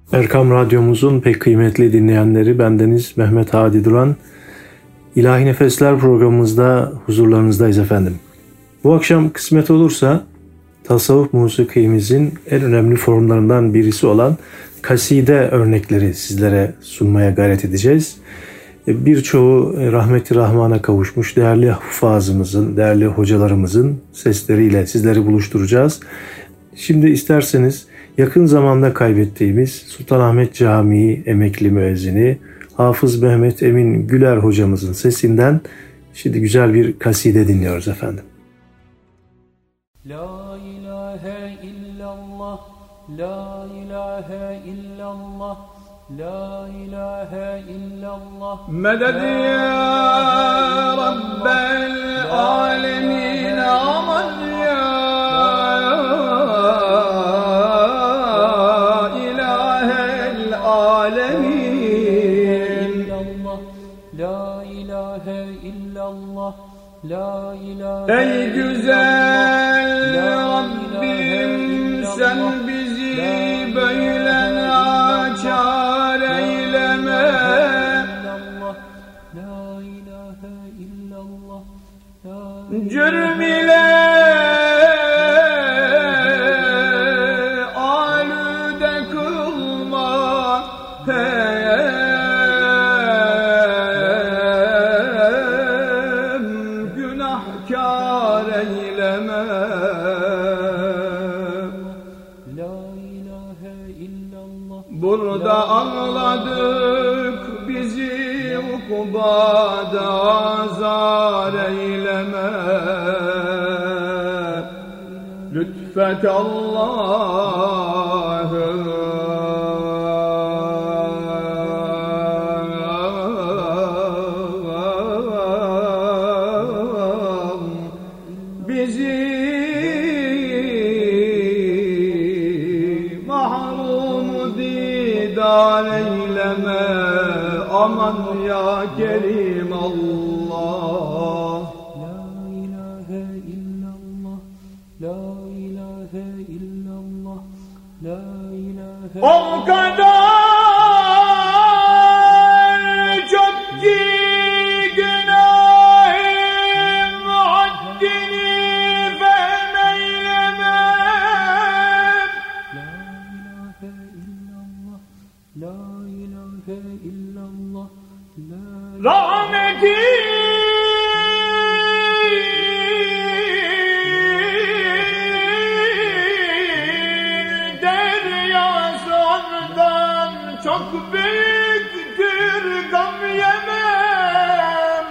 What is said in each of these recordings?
Erkam Radyomuzun pek kıymetli dinleyenleri, bendeniz Mehmet Hadi Duran. İlahi Nefesler programımızda huzurlarınızdayız efendim. Bu akşam kısmet olursa tasavvuf musikimizin en önemli formlarından birisi olan kaside örnekleri sizlere sunmaya gayret edeceğiz. Birçoğu rahmeti rahmana kavuşmuş değerli hufazımızın, değerli hocalarımızın sesleriyle sizleri buluşturacağız. Şimdi isterseniz yakın zamanda kaybettiğimiz Sultanahmet Camii emekli müezzini Hafız Mehmet Emin Güler hocamızın sesinden şimdi güzel bir kaside dinliyoruz efendim. La ilahe illallah, la ilahe illallah, la ilahe illallah. Meded ya Rabbel alemin, aman ya ilahel alemin. La ilahe illallah, la ilahe. Ey güzel Rabbim, sen bizi böyle naçar eyleme. La ilahe illallah, Cürm ile alüde kılma, günahkar eyleme. la ilahe illallah. Burada anladık, bizi ukbada azar eyleme. Lütfet Allah'ım, bizi mahrum didar eyleme. Aman ya Kerim Allah. La ilahe illallah, la ilahe illallah, la ilahe. O kadar çok ki günahım haddini fehmeylemem. La ilahe illallah, la Rahmeti deryasından çok büyüktür, gam yemem.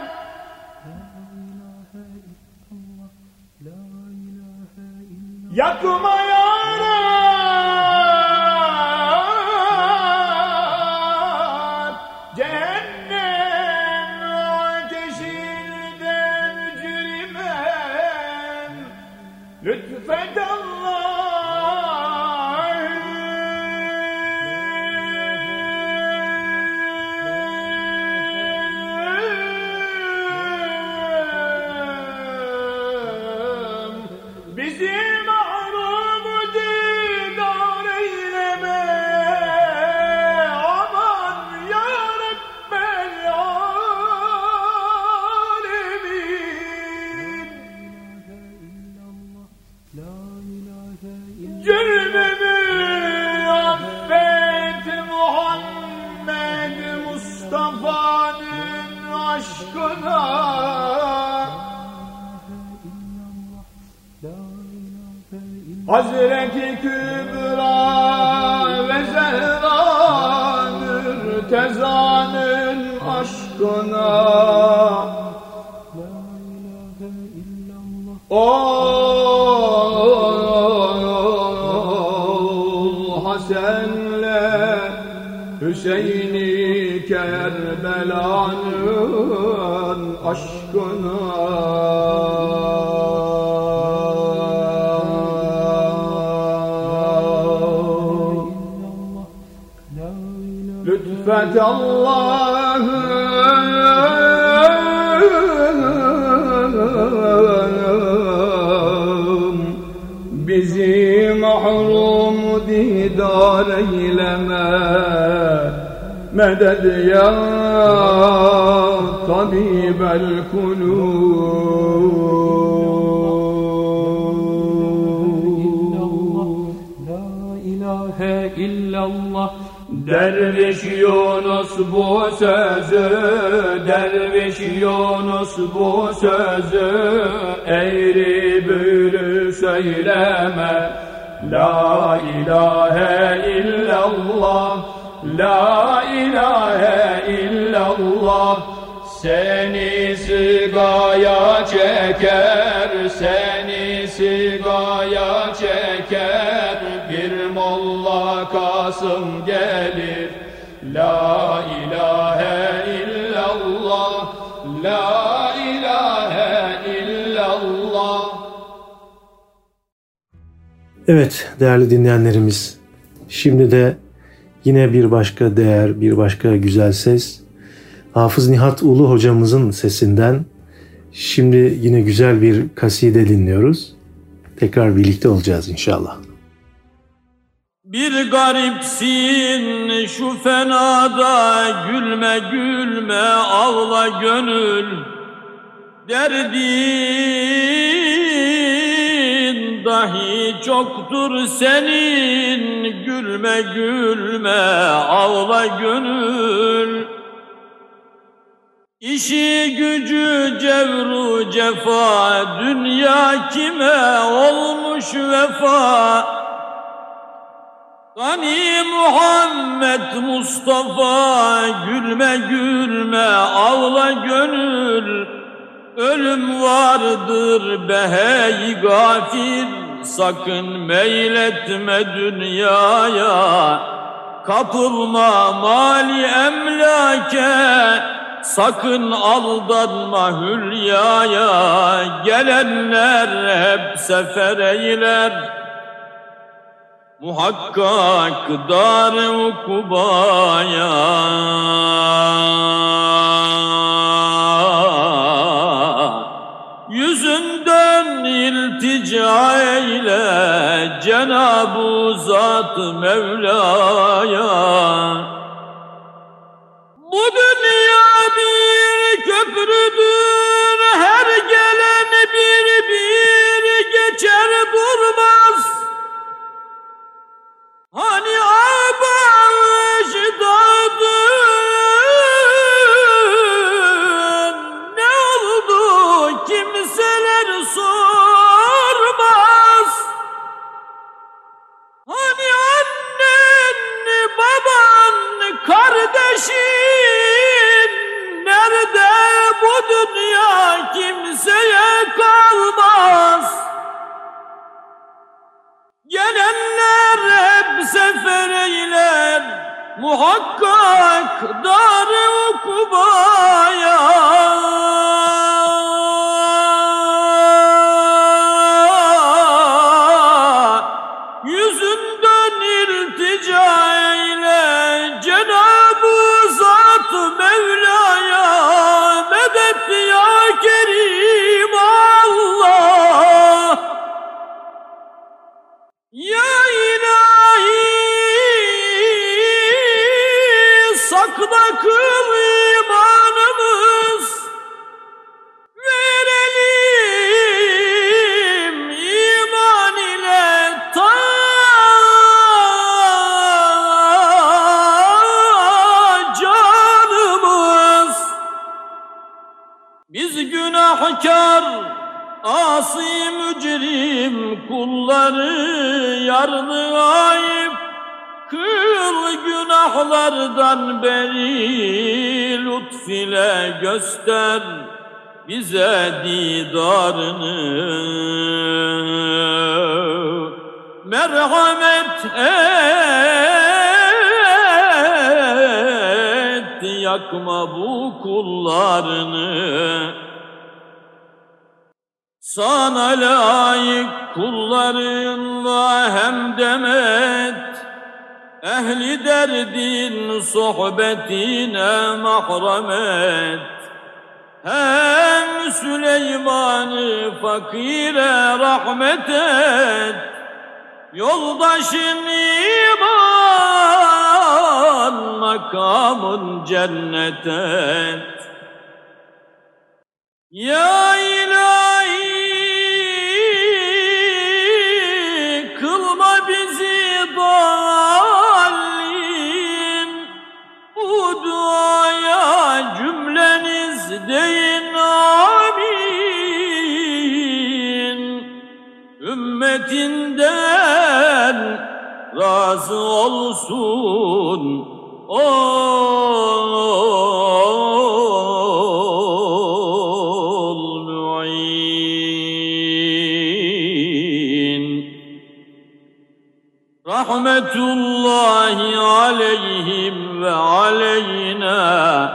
Yakma ya Rab, cehennem ateşinden mücrimem. Lütfet Allah'ım, bizi mahrum didar eyleme. Aman ya Rabbel alemin. Cürmümü affet Muhammed Mustafa'nın aşkına. Hazreti Kübra ve Zehra Mürteza'nın aşkına. Ol Hasen'le Hüseyin'i Kerbela'nın aşkına. Lütfet Allah'ım, bizi mahrum didar eyleme. Medet ya tabibel kulub. La ilahe illallah. Derviş Yunus bu sözü, derviş Yunus bu sözü eğri büğrü söyleme. La ilahe illallah, la ilahe illallah. Seni sigaya çeker, seni sigaya çeker. Bir Molla Kasım gelir. La ilahe illallah, la ilahe illallah. Evet değerli dinleyenlerimiz, şimdi de yine bir başka değer, bir başka güzel ses, Hafız Nihat Ulu hocamızın sesinden şimdi yine güzel bir kaside dinliyoruz. Tekrar birlikte olacağız inşallah. Bir garipsin şu fenada, gülme gülme ağla gönül. Derdin dahi çoktur senin, gülme gülme ağla gönül. İşi gücü cevru cefa, dünya kime olmuş vefa. Gani Muhammed Mustafa, gülme gülme ağla gönül. Ölüm vardır be hey gafil, sakın meyletme dünyaya. Kapılma mali emlake, sakın aldanma hülyaya. Gelenler hep sefer eyler, muhakkak dar-ı ukubaya. Yüzünden iltica eyle Cenab-ı Zat-ı Mevla'ya. Bu dünya bir köprüdür, her gelen bir geçer durmaz. Hani bağışladın, ne oldu kimseler sormaz. Hani annen, baban, kardeşin nerede, bu dünya kimseye kalmaz. Gelenler hep sefer eyler, muhakkak dar-ı ukubaya. Yüzünden iltica eyle Cenab-ı Zat-ı Mevla'ya. Medet ya Kerim Allah. Ya ilahi sakla kıl imanımız, verelim iman ile ta canımız. Biz günahkar, asi mücrim kulları yardı ayıp, kıl günahlardan beri lütf ile göster bize didarını. Merhamet et, yakma bu kullarını. Sana layık kullarınla hemdem et, ehli derdin sohbetine mahrem et. Hem Süleyman'ı fakire rahmet et, Yoldaşın iman, makamın cennet et. Ya ilahi, kılma bizi dallin. Bu duaya cümleniz deyin amin. Ümmetinden razı olsun ol mu'in. Rahmetullahi aleyhim ve aleyna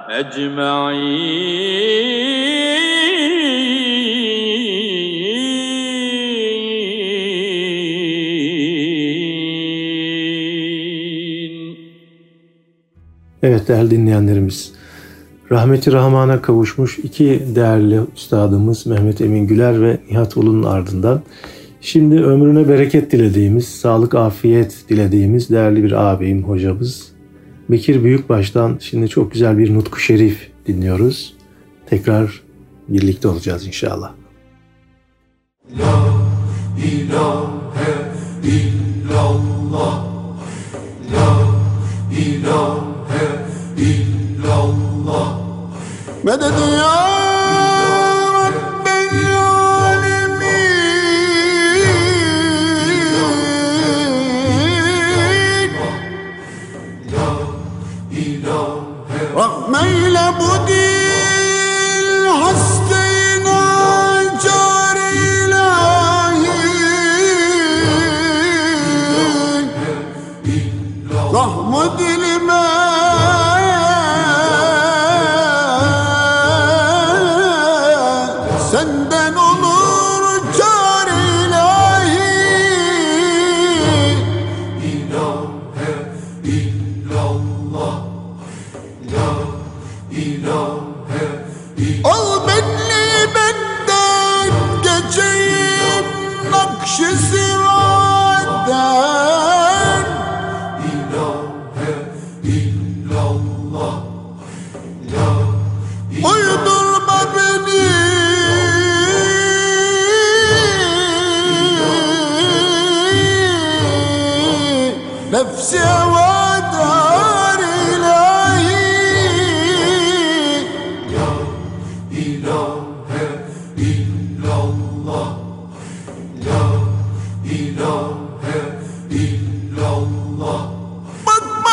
ecma'in. Evet değerli dinleyenlerimiz, rahmeti rahmana kavuşmuş iki değerli üstadımız Mehmet Emin Güler ve Nihat Ulu'nun ardından şimdi ömrüne bereket dilediğimiz, sağlık, afiyet dilediğimiz değerli bir ağabeyim, hocamız Bekir Büyükbaş'tan şimdi çok güzel bir nutku şerif dinliyoruz. Tekrar birlikte olacağız inşallah. La ilahe illallah, la ilahe illallah. Medet ya Rabbel alemin. Rahmeyle bu dil hastayına car ilahi. Rahmet dilime senden olur car ilahi. İlahe illallah, la ilahe illallah. Al benli benden geçeyim nakş-ı sivaden. İlahe illallah, la uydurma beni nefsi evadar ilahi. Ya ilahe illallah, ya ilahe illallah. Bakma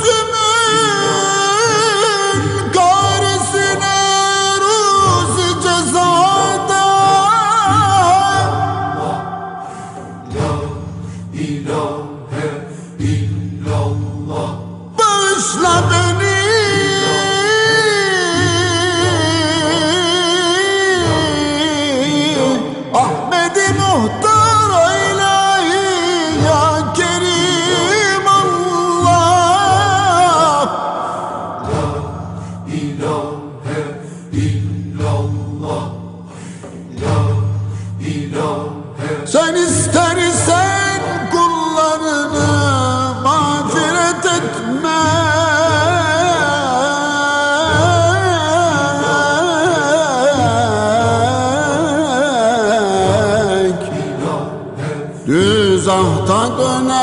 yüzümün karesine ruzi cezada. Ya ilahe illallah. Bağışla beni Ahmet-i Muhtar ilahi. Ya Kerim Allah. La ilahe illallah, la ilahe. Sen istersen kullarını mağfiret etme. Düz ahta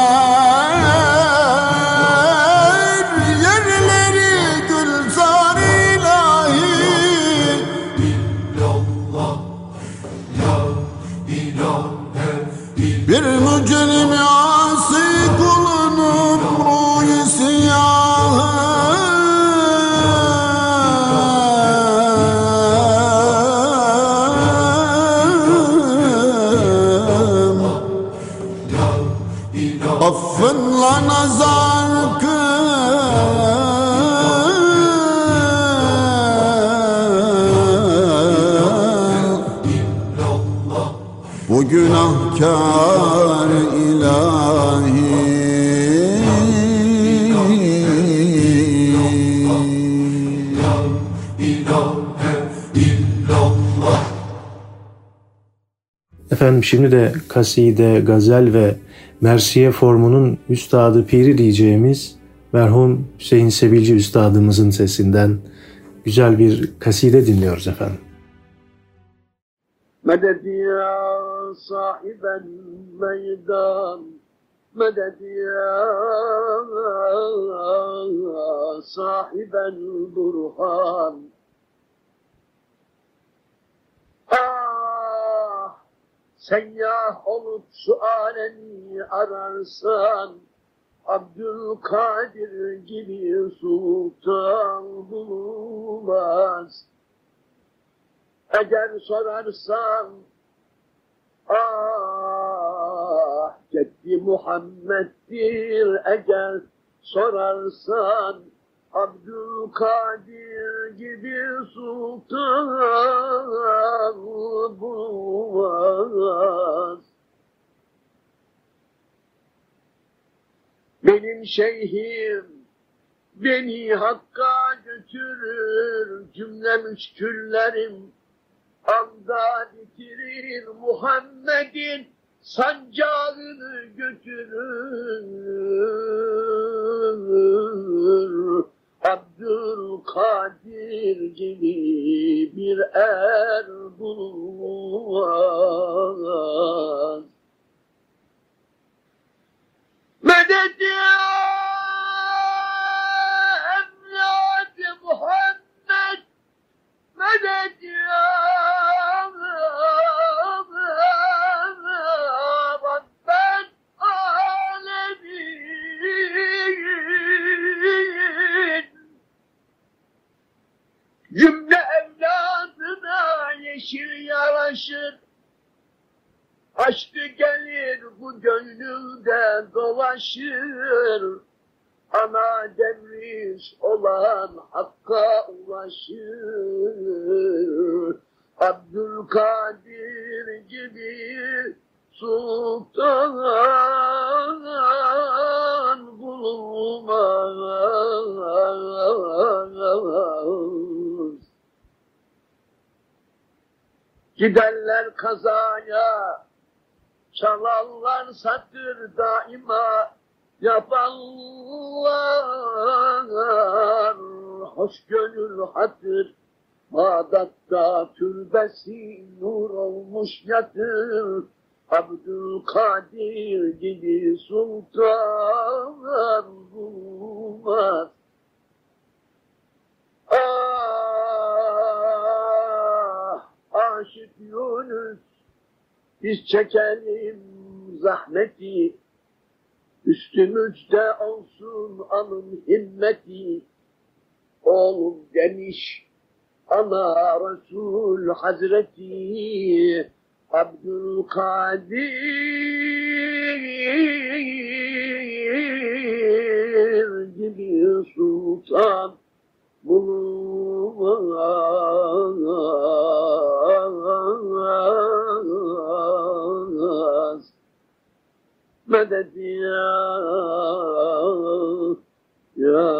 döner yerleri gülzar ilahi. İllallah, ya ilahe. Bir mücrim asi kulunun ruhi siyahı. Affınla nazar kıl bu günahkar ilahi. Efendim şimdi de kaside, gazel ve mersiye formunun üstadı piri diyeceğimiz merhum Hüseyin Sebilci üstadımızın sesinden güzel bir kaside dinliyoruz efendim. Medet ya sahiben meydan, medet ya sahiben burhan. Ah, seyyah olup şu alemi ararsan, Abdülkadir gibi sultan bulunmaz. Eğer sorarsan, ah, Ceddi Muhammed'dir. Eğer sorarsan, Abdülkadir gibi sultan bulunmaz. Benim şeyhim beni Hakk'a götürür, cümle müşküllerim anda bitirir, Muhammed'in sancağını götürür. Abdülkadir gibi bir er bulunmaz. Medet ya emlâd-ı Muhammed, medet ya Rabbel âlemin. Cümle evladına yeşil yaraşır, aşkı gelir bu gönlümde dolaşır. Ana devriş olan Hakk'a ulaşır. Abdülkadir gibi sultan bulunmaz. Giderler kazaya, çalarlar satır daima, yapanlar hoş gönül hatır. Bağdat'ta türbesi nur olmuş yatır. Abdülkadir gibi sultan bulunmaz. Ah, aşık Yunus, biz çekelim zahmeti, üstümüzde olsun alın himmeti. Oğlum demiş ana Resul Hazreti, Abdülkadir gibi sultan bulunmaz. Medet ya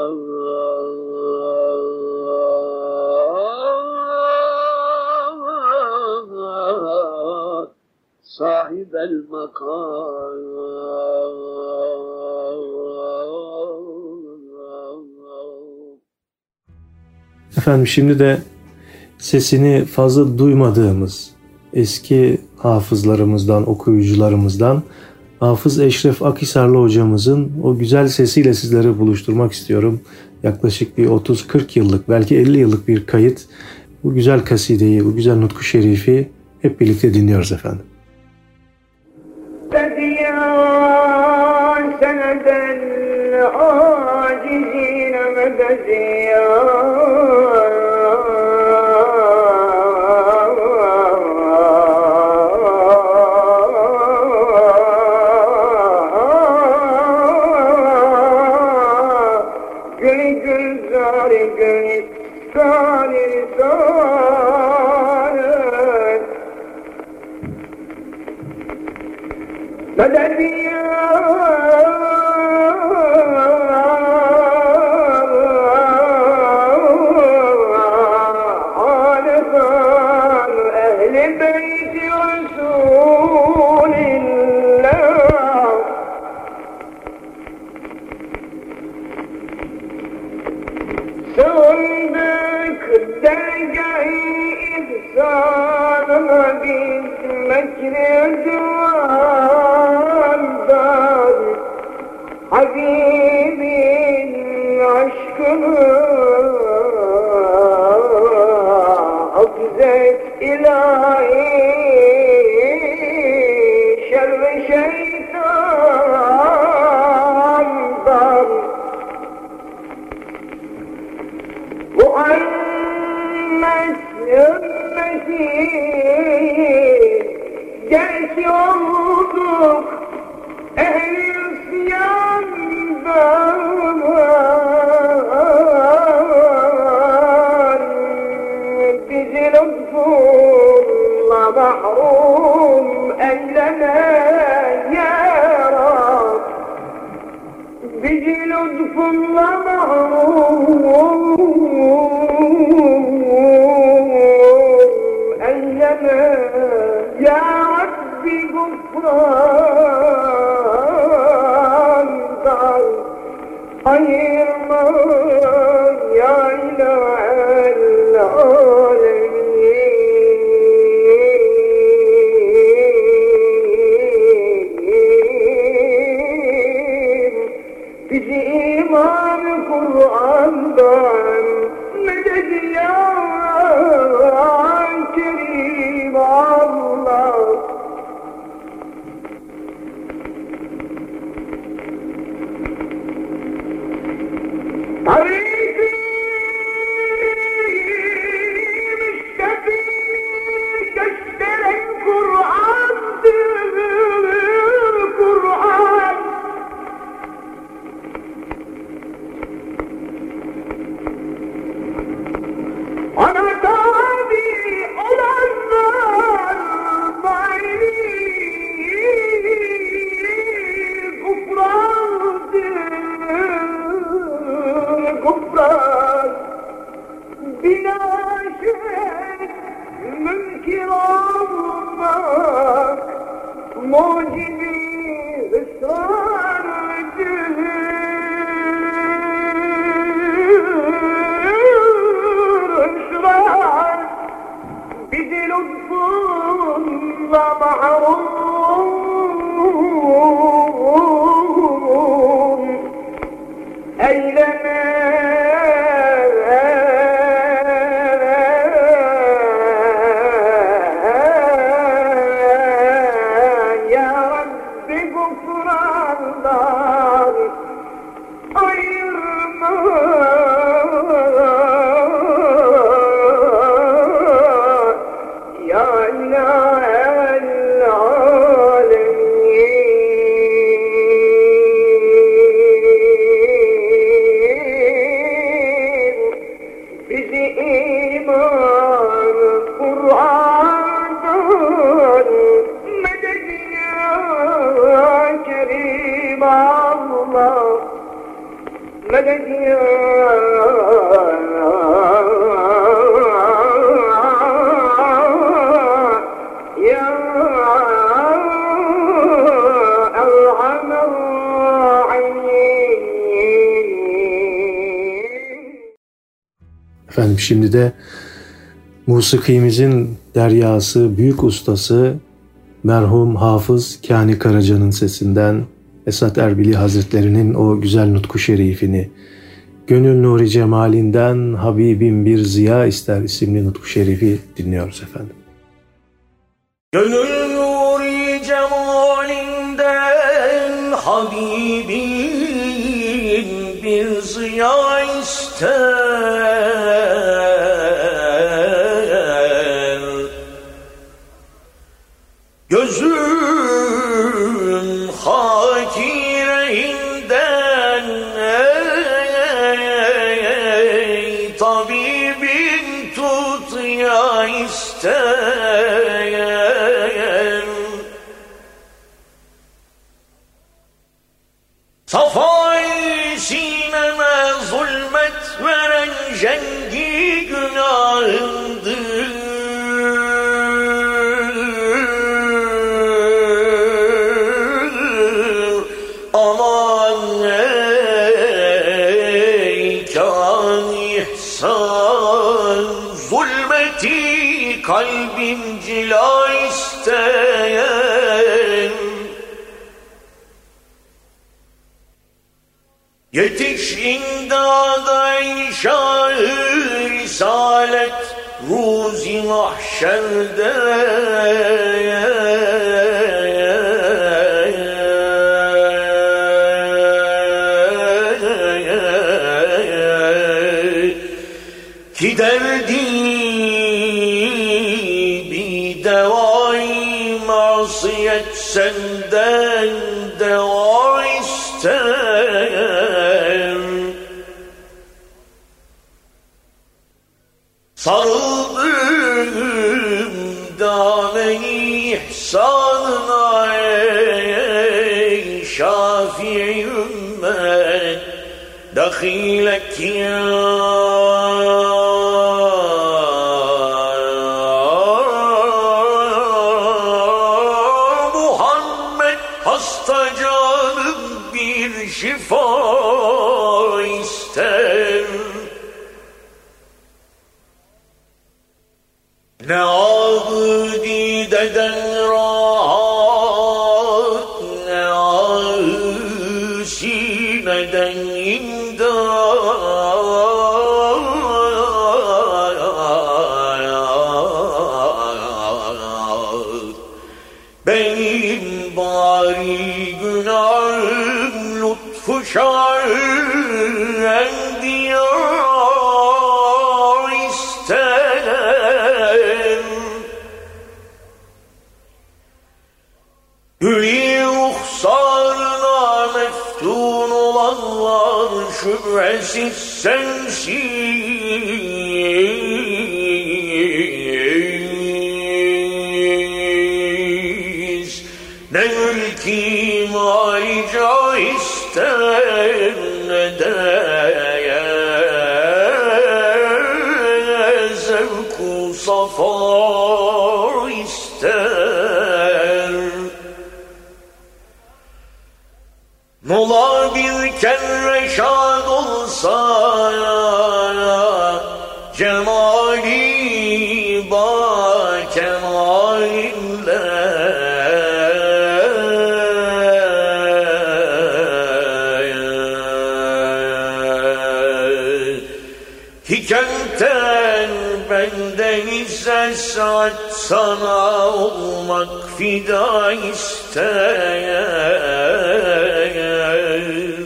sahibel makam. Efendim şimdi de sesini fazla duymadığımız eski hafızlarımızdan, okuyucularımızdan Hafız Eşref Akhisarlı hocamızın o güzel sesiyle sizlere buluşturmak istiyorum. Yaklaşık bir 30-40 yıllık, belki 50 yıllık bir kayıt. Bu güzel kasideyi, bu güzel nutku şerifi hep birlikte dinliyoruz efendim. Seneden acizine medediya. Ehli beyti Resul Sığındık dergâh-i ihsanına biz mekri duvardan Habibin aşkını akzet ilahi şerri şeytandan Muhammed ümmeti gerçi olduk ehl-i isyandan bizi lütfunla mahrum eyleme ya Rab bizi lütfunla mahrum eyleme ya Rabbi gufrandan ayırma ya ilahel alemin bizi iman-ı Kur'an'dan medet ya Kerim Allah Tarifi müstakimi gösteren Kur'an'dır Kur'an Ana tabi olanlar bari kufran bina şek mümkün olmak mucibi ısrardır ısrar bizi lütfunla mahrum eyleme ya Rabbi gufrandan ayırma ya ilahel alemin bizi iman Kur'an'dan medet ya Kerim Allah medet ya Erhamer Rahim. Efendim şimdi de musikimizin deryası, büyük ustası merhum Hafız Kani Karaca'nın sesinden Esat Erbili Hazretleri'nin o güzel nutku şerifini, Gönül Nuri Cemalinden Habibim bir ziya ister isimli nutku şerifi dinliyoruz efendim. Gönül nuri cemalinden Habibim bir ziya ister. Gözün hakireyinden ey tabibin tut ya ister. Safai sineme zulmet veren cengi günahındır. Aman ey kani etti kalbim cila isteyen. Yetiş imdada inşa-ı risalet ruzi mahşerde. Ki derdi bir devai masiyet senden deva ister. Sarıldım dâme-i ihsanına ey Şafii ümmet, dakhilek ya Muhammed. Hasta canım bir şifa ister. Ne abideden rahat, ne sineden imdad. Benim bari günahım lütfu şah-ı enbiya ister. Hülye ruhsarına meftun olanlar şüphesiz sensiz. Ne mülki malica ister, ne de zevku safa ister. Nola bir kerreşad olsa cemali ba kemalinle. Hikemten benden ise saat sana olmak fida ister.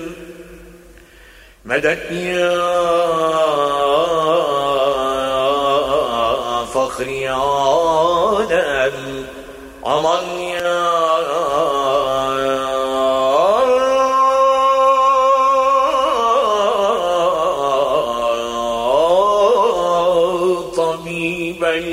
Medet ya fahri alem, aman ya tabibel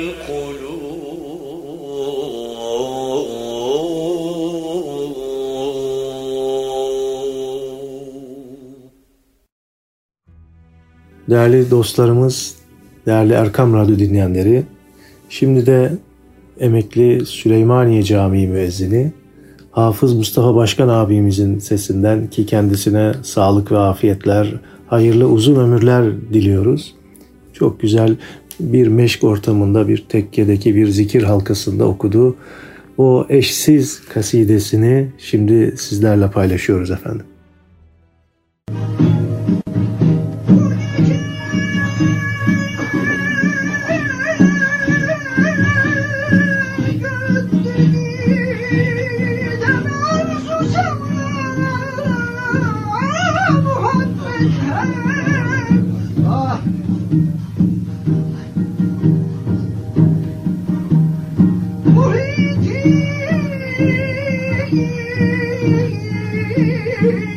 Değerli dostlarımız, değerli Erkam Radyo dinleyenleri, şimdi de emekli Süleymaniye Camii müezzini Hafız Mustafa Başkan abimizin sesinden, ki kendisine sağlık ve afiyetler, hayırlı uzun ömürler diliyoruz. Çok güzel bir meşk ortamında, bir tekkedeki bir zikir halkasında okuduğu o eşsiz kasidesini şimdi sizlerle paylaşıyoruz efendim. Muhiti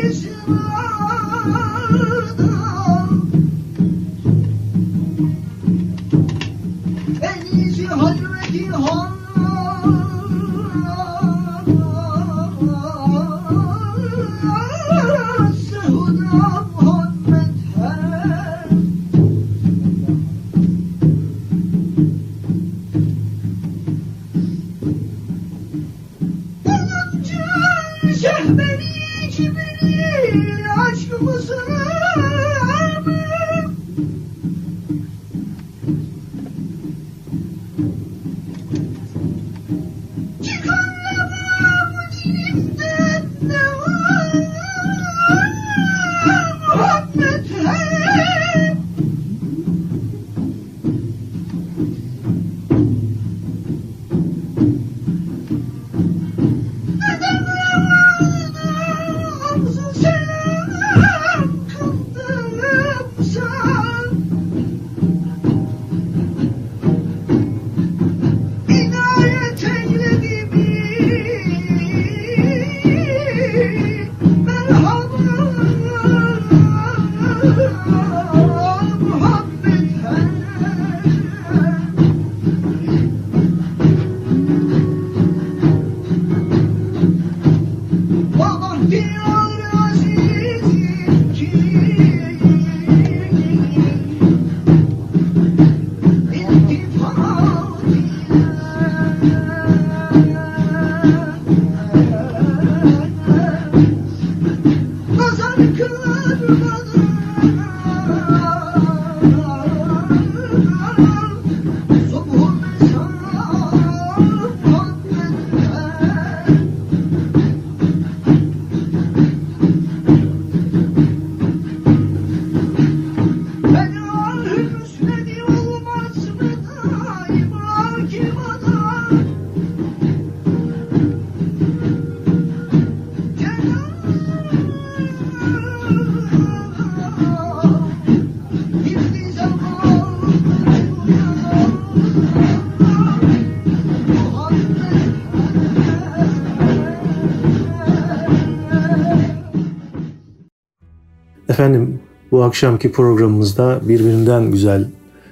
Efendim, bu akşamki programımızda birbirinden güzel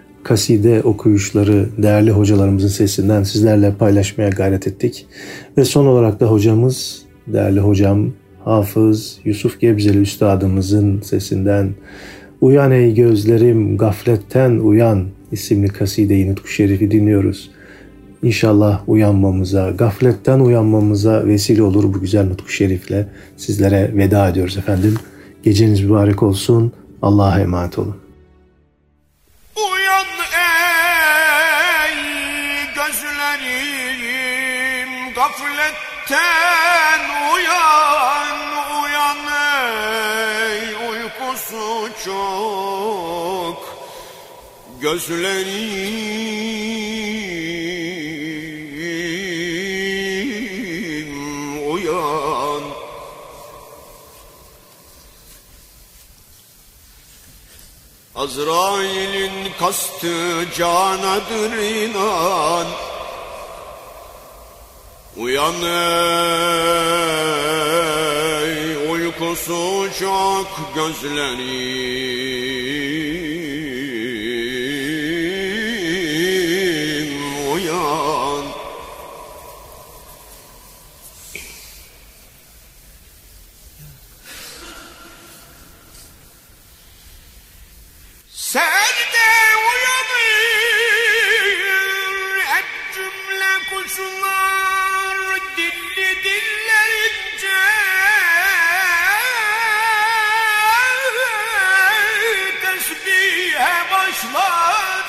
kaside okuyuşları değerli hocalarımızın sesinden sizlerle paylaşmaya gayret ettik. Ve son olarak da hocamız, değerli hocam Hafız Yusuf Gebzeli Üstadımızın sesinden "Uyan ey gözlerim, gafletten uyan" isimli kaside-i Nutku Şerif'i dinliyoruz. İnşallah uyanmamıza, gafletten uyanmamıza vesile olur bu güzel Nutku Şerif'le. Sizlere veda ediyoruz efendim. Geceniz mübarek olsun. Allah'a emanet olun. Uyan ey gözlerim, gafletten uyan, uyan ey uykusu çok gözlerim, uyan. Azrail'in kastı canadır inan. Uyan ey uykusu çok gözlerim, uyan. Serde uyanır hep cümle kuşlar, dilli dillerince tesbihe başlar.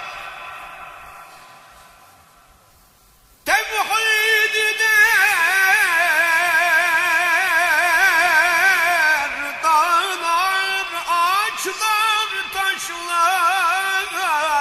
Tevhid eder dağlar, ağaçlar, taşlar.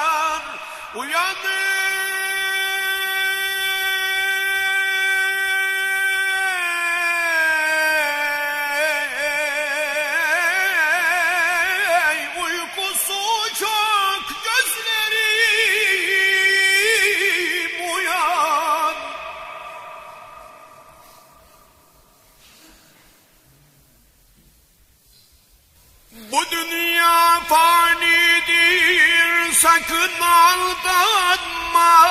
Bu dünya fanidir, sakın aldanma.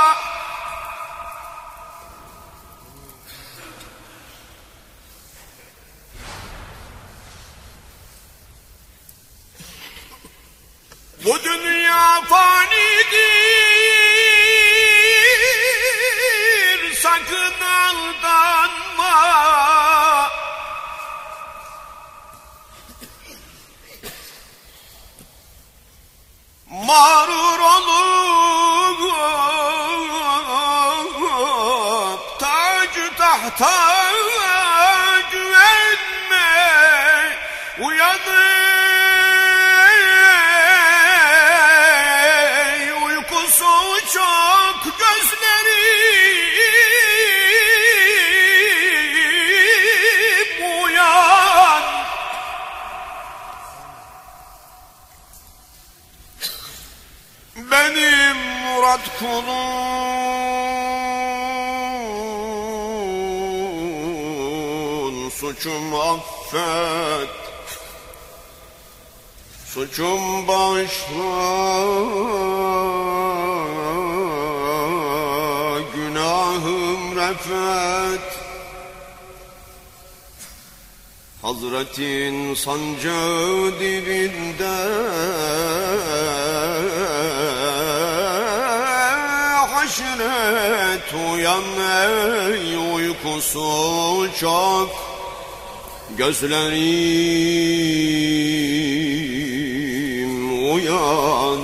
Bu dünya fanidir, sakın aldanma. Mağrur olup tacı tahta güvenme, uyanır uykusu çok gözlerim uyan. Benim Murat kulun, suçum affet, suçum bağışla, günahım refet. Hazretin sancağı dibinde haşret uyan ey uykusu çok gözlerim uyan.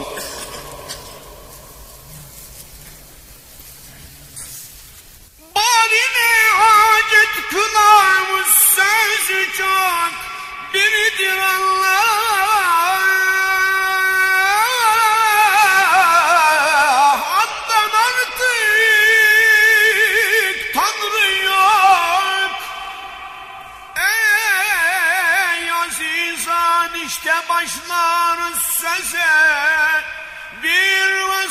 Barine hacet kılamış sözü çok, biridir Allah. Ondan artık Tanrı yok. Ey azizan, işte başlarız söze bir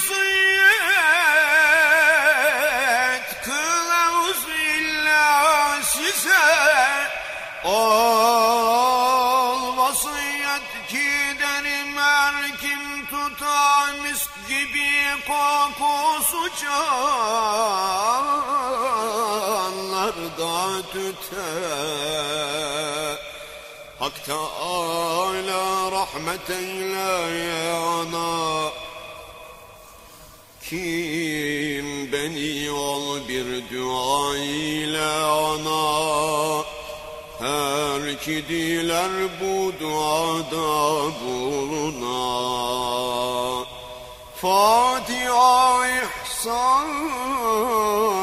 vasiyet, kılavuz illa size. Ol vasiyet ki derim her kim tutar, misk gibi kokusu canlarda tüter. Hak Teâlâ rahmet eyle ana, kim beni ol bir dua ile ana. Her ki diler bu duada buluna, Fatiha ihsan